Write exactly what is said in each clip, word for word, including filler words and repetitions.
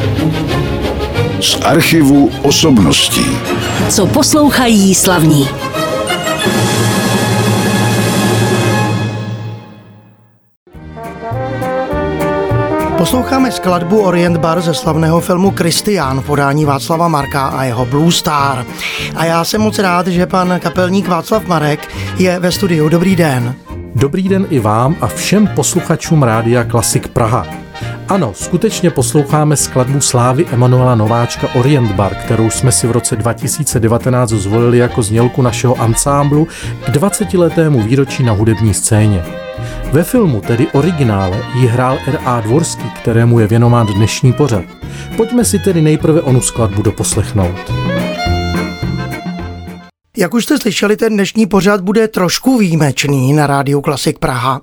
Z archivu osobností. Co poslouchají slavní. Posloucháme skladbu Orient Bar ze slavného filmu Kristián v podání Václava Marka a jeho Blue Star. A já jsem moc rád, že pan kapelník Václav Marek je ve studiu. Dobrý den. Dobrý den i vám a všem posluchačům Rádia Klasik Praha. Ano, skutečně posloucháme skladbu slávy Emanuela Nováčka Orient Bar, kterou jsme si v roce dva tisíce devatenáct zvolili jako znělku našeho ansámblu k dvacetiletému výročí na hudební scéně. Ve filmu, tedy originále, ji hrál R A Dvorský, kterému je věnován dnešní pořad. Pojďme si tedy nejprve onu skladbu doposlechnout. Jak už jste slyšeli, ten dnešní pořad bude trošku výjimečný na Rádiu Klasik Praha,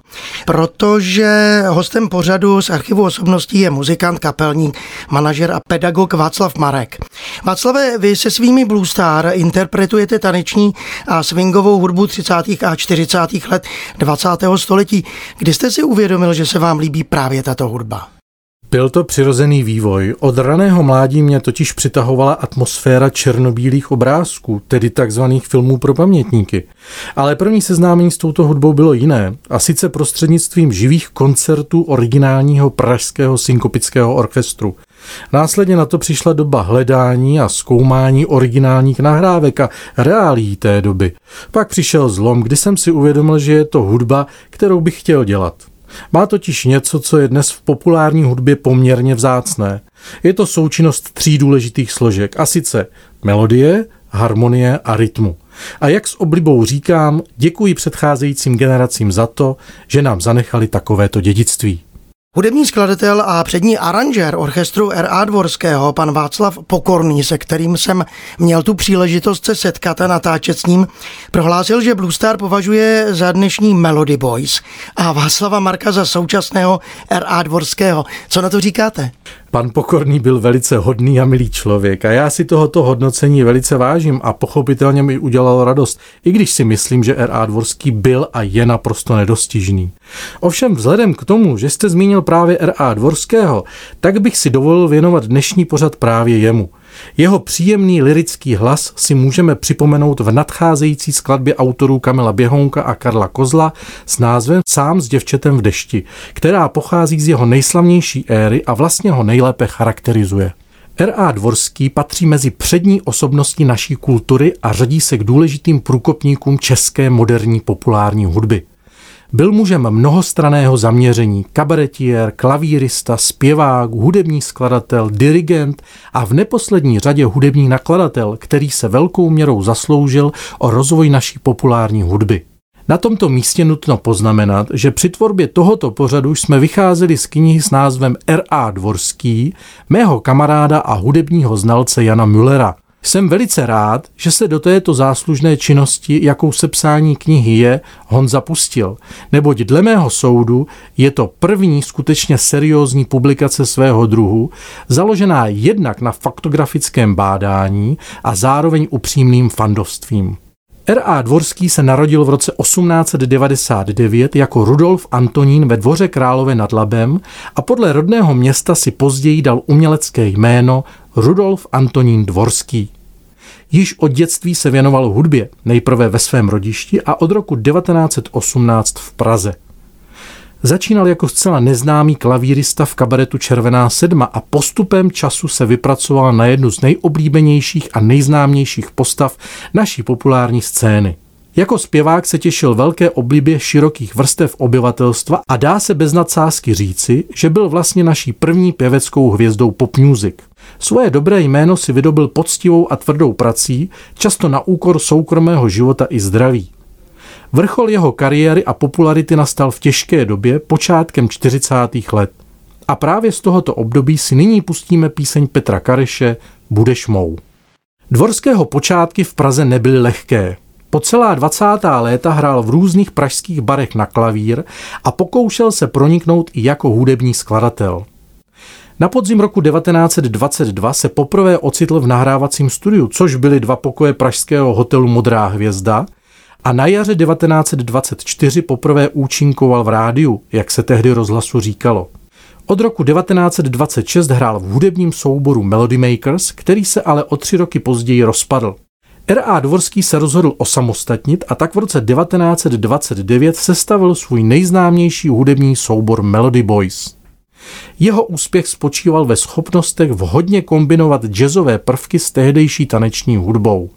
protože hostem pořadu z archivu osobností je muzikant, kapelník, manažer a pedagog Václav Marek. Václave, vy se svými Blue Star interpretujete taneční a swingovou hudbu třicátých a čtyřicátých let dvacátého století. Kdy jste si uvědomil, že se vám líbí právě tato hudba? Byl to přirozený vývoj. Od raného mládí mě totiž přitahovala atmosféra černobílých obrázků, tedy takzvaných filmů pro pamětníky. Ale první seznámení s touto hudbou bylo jiné, a sice prostřednictvím živých koncertů originálního pražského synkopického orchestru. Následně na to přišla doba hledání a zkoumání originálních nahrávek a reálií té doby. Pak přišel zlom, kdy jsem si uvědomil, že je to hudba, kterou bych chtěl dělat. Má totiž něco, co je dnes v populární hudbě poměrně vzácné. Je to součinnost tří důležitých složek, a sice melodie, harmonie a rytmu. A jak s oblibou říkám, děkuji předcházejícím generacím za to, že nám zanechali takovéto dědictví. Hudební skladatel a přední aranžér orchestru R A Dvorského, pan Václav Pokorný, se kterým jsem měl tu příležitost se setkat a natáčet s ním, prohlásil, že Blue Star považuje za dnešní Melody Boys a Václava Marka za současného R A Dvorského. Co na to říkáte? Pan Pokorný byl velice hodný a milý člověk a já si tohoto hodnocení velice vážím a pochopitelně mi udělalo radost, i když si myslím, že R A Dvorský byl a je naprosto nedostižný. Ovšem vzhledem k tomu, že jste zmínil právě R A Dvorského, tak bych si dovolil věnovat dnešní pořad právě jemu. Jeho příjemný lyrický hlas si můžeme připomenout v nadcházející skladbě autorů Kamila Běhounka a Karla Kozla s názvem Sám s děvčetem v dešti, která pochází z jeho nejslavnější éry a vlastně ho nejlépe charakterizuje. R A Dvorský patří mezi přední osobnosti naší kultury a řadí se k důležitým průkopníkům české moderní populární hudby. Byl mužem mnohostranného zaměření, kabaretiér, klavírista, zpěvák, hudební skladatel, dirigent a v neposlední řadě hudební nakladatel, který se velkou měrou zasloužil o rozvoj naší populární hudby. Na tomto místě nutno poznamenat, že při tvorbě tohoto pořadu jsme vycházeli z knihy s názvem R A Dvorský, mého kamaráda a hudebního znalce Jana Müllera. Jsem velice rád, že se do této záslužné činnosti, jakou sepsání knihy je, Honza pustil, neboť dle mého soudu je to první skutečně seriózní publikace svého druhu, založená jednak na faktografickém bádání a zároveň upřímným fandovstvím. R A Dvorský se narodil v roce osmnáct set devadesát devět jako Rudolf Antonín ve Dvoře Králové nad Labem a podle rodného města si později dal umělecké jméno Rudolf Antonín Dvorský. Již od dětství se věnoval hudbě, nejprve ve svém rodišti a od roku devatenáct set osmnáct v Praze. Začínal jako zcela neznámý klavírista v kabaretu Červená sedma a postupem času se vypracoval na jednu z nejoblíbenějších a nejznámějších postav naší populární scény. Jako zpěvák se těšil velké oblibě širokých vrstev obyvatelstva a dá se bez nadsázky říci, že byl vlastně naší první pěveckou hvězdou pop music. Svoje dobré jméno si vydobil poctivou a tvrdou prací, často na úkor soukromého života i zdraví. Vrchol jeho kariéry a popularity nastal v těžké době počátkem čtyřicátých let. A právě z tohoto období si nyní pustíme píseň Petra Kareše Budeš mou. Dvorského počátky v Praze nebyly lehké. Po celá dvacátá léta hrál v různých pražských barech na klavír a pokoušel se proniknout i jako hudební skladatel. Na podzim roku devatenáct set dvacet dva se poprvé ocitl v nahrávacím studiu, což byly dva pokoje pražského hotelu Modrá hvězda, a na jaře devatenáct set dvacet čtyři poprvé účinkoval v rádiu, jak se tehdy rozhlasu říkalo. Od roku devatenáct set dvacet šest hrál v hudebním souboru Melody Makers, který se ale o tři roky později rozpadl. R A Dvorský se rozhodl osamostatnit a tak v roce devatenáct set dvacet devět sestavil svůj nejznámější hudební soubor Melody Boys. Jeho úspěch spočíval ve schopnostech vhodně kombinovat jazzové prvky s tehdejší taneční hudbou.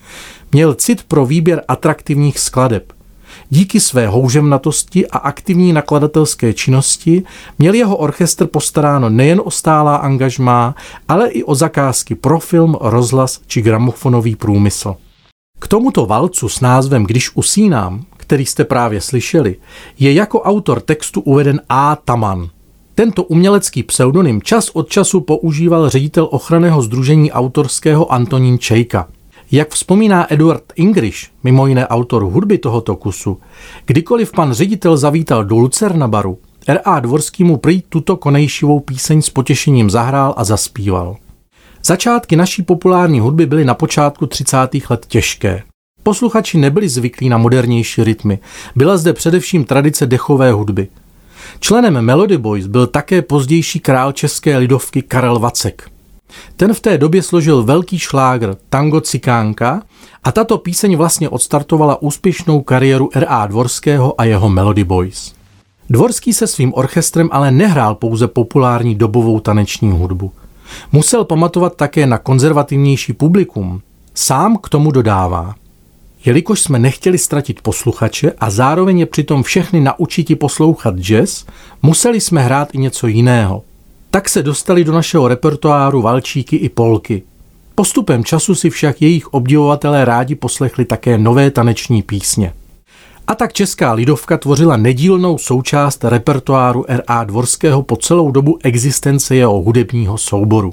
Měl cit pro výběr atraktivních skladeb. Díky své houževnatosti a aktivní nakladatelské činnosti měl jeho orchestr postaráno nejen o stálá angažmá, ale i o zakázky pro film, rozhlas či gramofonový průmysl. K tomuto valcu s názvem Když usínám, který jste právě slyšeli, je jako autor textu uveden A. Taman. Tento umělecký pseudonym čas od času používal ředitel ochranného sdružení autorského Antonín Čejka. Jak vzpomíná Eduard Ingriš, mimo jiné autor hudby tohoto kusu, kdykoliv pan ředitel zavítal do Lucerna baru, R A Dvorský mu prý tuto konejšivou píseň s potěšením zahrál a zaspíval. Začátky naší populární hudby byly na počátku třicátých let těžké. Posluchači nebyli zvyklí na modernější rytmy, byla zde především tradice dechové hudby. Členem Melody Boys byl také pozdější král české lidovky Karel Vacek. Ten v té době složil velký šlágr Tango Cikánka a tato píseň vlastně odstartovala úspěšnou kariéru R A Dvorského a jeho Melody Boys. Dvorský se svým orchestrem ale nehrál pouze populární dobovou taneční hudbu. Musel pamatovat také na konzervativnější publikum. Sám k tomu dodává: jelikož jsme nechtěli ztratit posluchače a zároveň je přitom všechny naučiti poslouchat jazz, museli jsme hrát i něco jiného. Tak se dostali do našeho repertoáru valčíky i polky. Postupem času si však jejich obdivovatelé rádi poslechli také nové taneční písně. A tak česká lidovka tvořila nedílnou součást repertoáru R A Dvorského po celou dobu existence jeho hudebního souboru.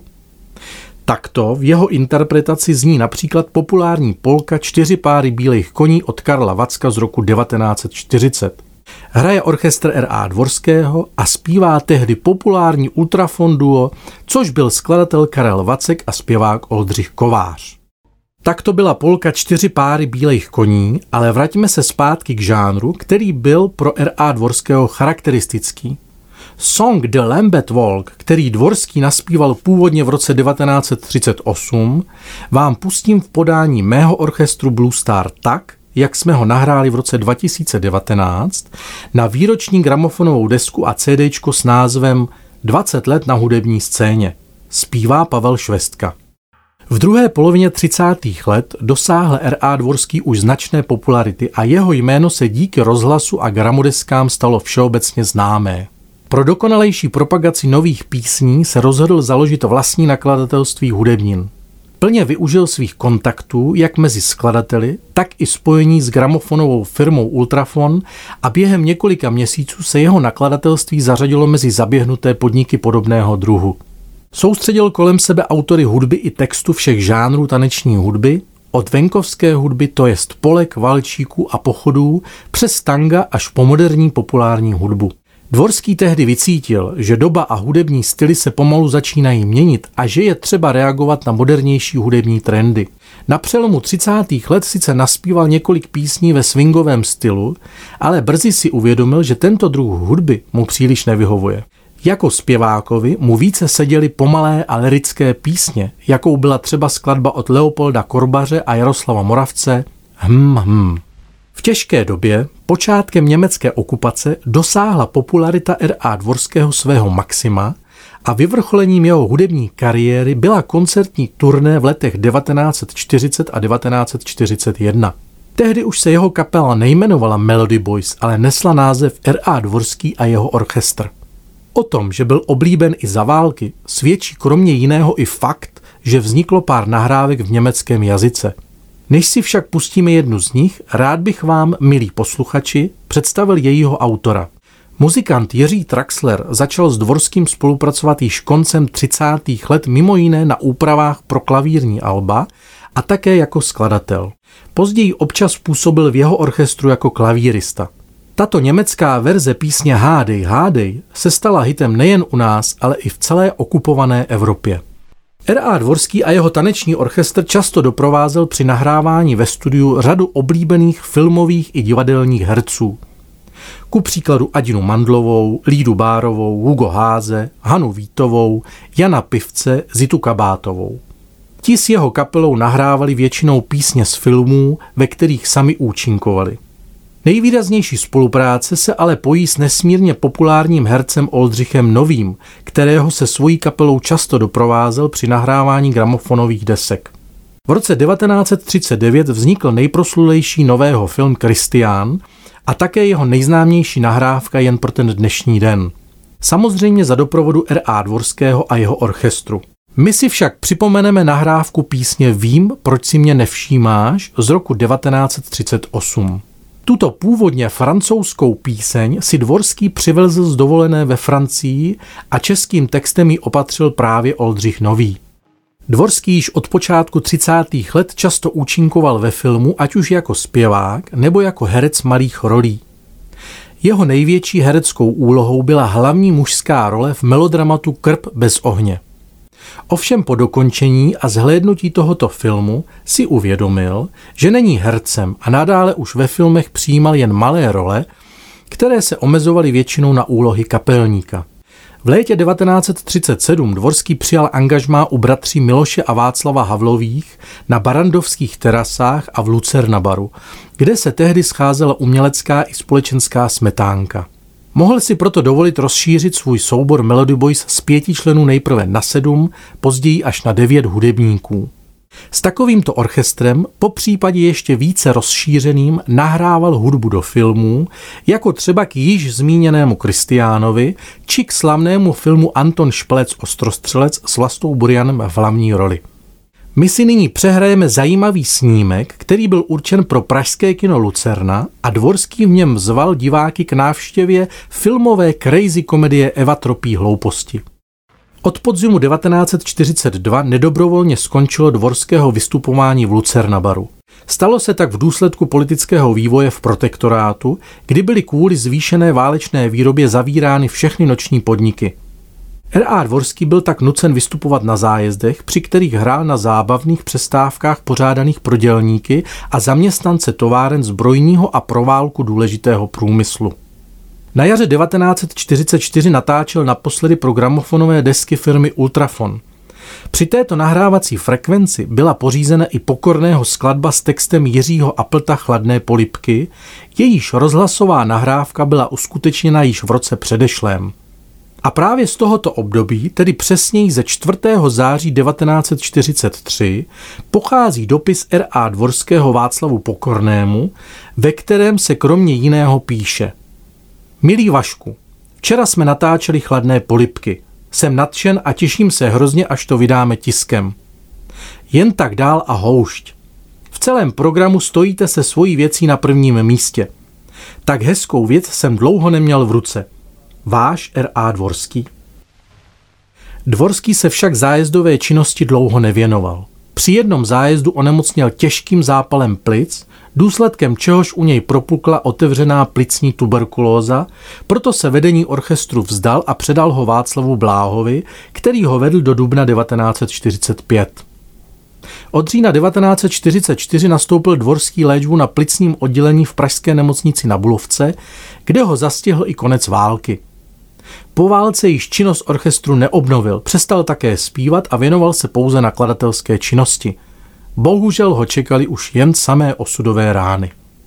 Takto v jeho interpretaci zní například populární polka Čtyři páry bílých koní od Karla Vacka z roku devatenáct set čtyřicet. Hraje orchestr R A Dvorského a zpívá tehdy populární ultrafon duo, což byl skladatel Karel Vacek a zpěvák Oldřich Kovář. Tak to byla polka Čtyři páry bílých koní, ale vraťme se zpátky k žánru, který byl pro R A Dvorského charakteristický. Song The Lambeth Walk, který Dvorský naspíval původně v roce devatenáct set třicet osm, vám pustím v podání mého orchestru Blue Star tak, jak jsme ho nahráli v roce dva tisíce devatenáct na výroční gramofonovou desku a CDčko s názvem dvacet let na hudební scéně. Zpívá Pavel Švestka. V druhé polovině třicátých let dosáhl R A Dvorský už značné popularity a jeho jméno se díky rozhlasu a gramodeskám stalo všeobecně známé. Pro dokonalejší propagaci nových písní se rozhodl založit vlastní nakladatelství hudebnin. Plně využil svých kontaktů jak mezi skladateli, tak i spojení s gramofonovou firmou Ultrafon a během několika měsíců se jeho nakladatelství zařadilo mezi zaběhnuté podniky podobného druhu. Soustředil kolem sebe autory hudby i textu všech žánrů taneční hudby, od venkovské hudby, to jest polek, valčíků a pochodů, přes tanga až po moderní populární hudbu. Dvorský tehdy vycítil, že doba a hudební styly se pomalu začínají měnit a že je třeba reagovat na modernější hudební trendy. Na přelomu třicátých let sice naspíval několik písní ve swingovém stylu, ale brzy si uvědomil, že tento druh hudby mu příliš nevyhovuje. Jako zpěvákovi mu více seděly pomalé a lyrické písně, jakou byla třeba skladba od Leopolda Korbaře a Jaroslava Moravce Hm hm. V těžké době, počátkem německé okupace, dosáhla popularita R A Dvorského svého maxima a vyvrcholením jeho hudební kariéry byla koncertní turné v letech devatenáct set čtyřicet a devatenáct set čtyřicet jedna. Tehdy už se jeho kapela nejmenovala Melody Boys, ale nesla název R A Dvorský a jeho orchestr. O tom, že byl oblíben i za války, svědčí kromě jiného i fakt, že vzniklo pár nahrávek v německém jazyce. Než si však pustíme jednu z nich, rád bych vám, milí posluchači, představil jejího autora. Muzikant Jiří Traxler začal s Dvorským spolupracovat již koncem třicátých let mimo jiné na úpravách pro klavírní alba a také jako skladatel. Později občas působil v jeho orchestru jako klavírista. Tato německá verze písně Hádej, hádej se stala hitem nejen u nás, ale i v celé okupované Evropě. R A Dvorský a jeho taneční orchestr často doprovázel při nahrávání ve studiu řadu oblíbených filmových i divadelních herců. Ku příkladu Adinu Mandlovou, Lídu Bárovou, Hugo Háze, Hanu Vítovou, Jana Pivce, Zitu Kabátovou. Ti s jeho kapelou nahrávali většinou písně z filmů, ve kterých sami účinkovali. Nejvýraznější spolupráce se ale pojí s nesmírně populárním hercem Oldřichem Novým, kterého se svojí kapelou často doprovázel při nahrávání gramofonových desek. V roce devatenáct set třicet devět vznikl nejproslulejší nového film Kristián a také jeho nejznámější nahrávka Jen pro ten dnešní den. Samozřejmě za doprovodu R A Dvorského a jeho orchestru. My si však připomeneme nahrávku písně Vím, proč si mě nevšímáš z roku devatenáct set třicet osm. Tuto původně francouzskou píseň si Dvorský přivezl z dovolené ve Francii a českým textem ji opatřil právě Oldřich Nový. Dvorský již od počátku třicátých let často účinkoval ve filmu, ať už jako zpěvák nebo jako herec malých rolí. Jeho největší hereckou úlohou byla hlavní mužská role v melodramatu Krb bez ohně. Ovšem po dokončení a zhlédnutí tohoto filmu si uvědomil, že není hercem a nadále už ve filmech přijímal jen malé role, které se omezovaly většinou na úlohy kapelníka. V létě devatenáct set třicet sedm Dvorský přijal angažmá u bratří Miloše a Václava Havlových na Barandovských terasách a v Lucernabaru, kde se tehdy scházela umělecká i společenská smetánka. Mohl si proto dovolit rozšířit svůj soubor Melody Boys z pěti členů nejprve na sedm, později až na devět hudebníků. S takovýmto orchestrem, po případě ještě více rozšířeným, nahrával hudbu do filmů, jako třeba k již zmíněnému Kristiánovi, či k slavnému filmu Anton Šplec Ostrostřelec s Vlastou Burianem v hlavní roli. My si nyní přehrajeme zajímavý snímek, který byl určen pro pražské kino Lucerna a Dvorský v něm zval diváky k návštěvě filmové crazy komedie Eva tropí hlouposti. Od podzimu devatenáct set čtyřicet dva nedobrovolně skončilo Dvorského vystupování v Lucernabaru. Stalo se tak v důsledku politického vývoje v protektorátu, kdy byly kvůli zvýšené válečné výrobě zavírány všechny noční podniky. R A Dvorský byl tak nucen vystupovat na zájezdech, při kterých hrál na zábavných přestávkách pořádaných pro dělníky a zaměstnance továren zbrojního a pro válku důležitého průmyslu. Na jaře devatenáct set čtyřicet čtyři natáčel naposledy pro gramofonové desky firmy Ultrafon. Při této nahrávací frekvenci byla pořízena i Pokorného skladba s textem Jiřího Applta Chladné polibky, jejíž rozhlasová nahrávka byla uskutečněna již v roce předešlém. A právě z tohoto období, tedy přesněji ze čtvrtého září devatenáct set čtyřicet tři, pochází dopis R A Dvorského Václavu Pokornému, ve kterém se kromě jiného píše: Milý Vašku, včera jsme natáčeli Chladné polibky. Jsem nadšen a těším se hrozně, až to vydáme tiskem. Jen tak dál a houšť. V celém programu stojíte se svojí věcí na prvním místě. Tak hezkou věc jsem dlouho neměl v ruce. Váš R A Dvorský. Dvorský se však zájezdové činnosti dlouho nevěnoval. Při jednom zájezdu onemocněl těžkým zápalem plic, důsledkem čehož u něj propukla otevřená plicní tuberkulóza, proto se vedení orchestru vzdal a předal ho Václavu Bláhovi, který ho vedl do dubna devatenáct set čtyřicet pět. Od října devatenáct set čtyřicet čtyři nastoupil Dvorský léčbu na plicním oddělení v pražské nemocnici na Bulovce, kde ho zastihl i konec války. Po válce již činnost orchestru neobnovil, přestal také zpívat a věnoval se pouze nakladatelské činnosti. Bohužel ho čekali už jen samé osudové rány.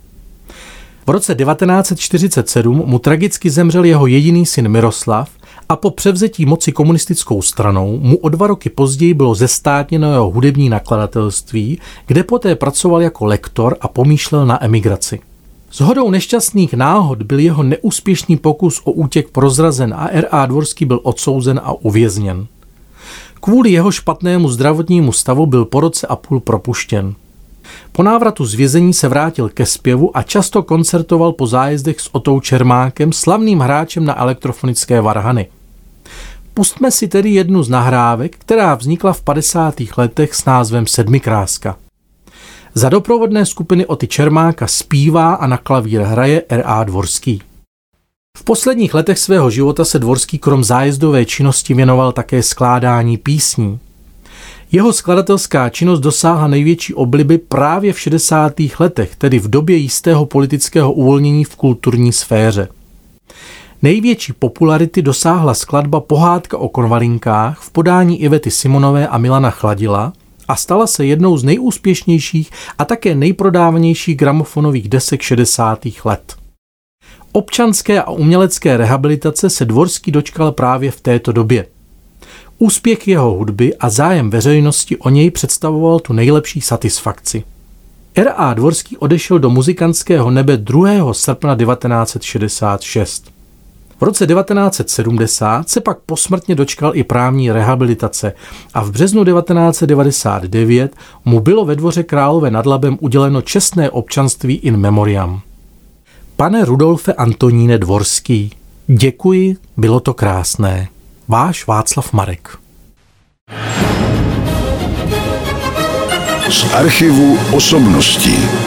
V roce devatenáct set čtyřicet sedm mu tragicky zemřel jeho jediný syn Miroslav a po převzetí moci komunistickou stranou mu o dva roky později bylo zestátněno jeho hudební nakladatelství, kde poté pracoval jako lektor a pomýšlel na emigraci. Shodou nešťastných náhod byl jeho neúspěšný pokus o útěk prozrazen a R A Dvorský byl odsouzen a uvězněn. Kvůli jeho špatnému zdravotnímu stavu byl po roce a půl propuštěn. Po návratu z vězení se vrátil ke zpěvu a často koncertoval po zájezdech s Otou Čermákem, slavným hráčem na elektrofonické varhany. Pustme si tedy jednu z nahrávek, která vznikla v padesátých letech s názvem Sedmikráska. Za doprovodné skupiny Oty Čermáka zpívá a na klavír hraje R A Dvorský. V posledních letech svého života se Dvorský krom zájezdové činnosti věnoval také skládání písní. Jeho skladatelská činnost dosáhla největší obliby právě v šedesátých letech, tedy v době jistého politického uvolnění v kulturní sféře. Největší popularity dosáhla skladba Pohádka o konvalinkách v podání Ivety Simonové a Milana Chladila a stala se jednou z nejúspěšnějších a také nejprodávanějších gramofonových desek šedesátých let. Občanské a umělecké rehabilitace se Dvorský dočkal právě v této době. Úspěch jeho hudby a zájem veřejnosti o něj představoval tu nejlepší satisfakci. R A Dvorský odešel do muzikantského nebe druhého srpna devatenáct set šedesát šest. V roce devatenáct set sedmdesát se pak posmrtně dočkal i právní rehabilitace a v březnu devatenáct set devadesát devět mu bylo ve Dvoře Králové nad Labem uděleno čestné občanství in memoriam. Pane Rudolfe Antoníne Dvorský, děkuji, bylo to krásné. Váš Václav Marek. Z archivu osobností.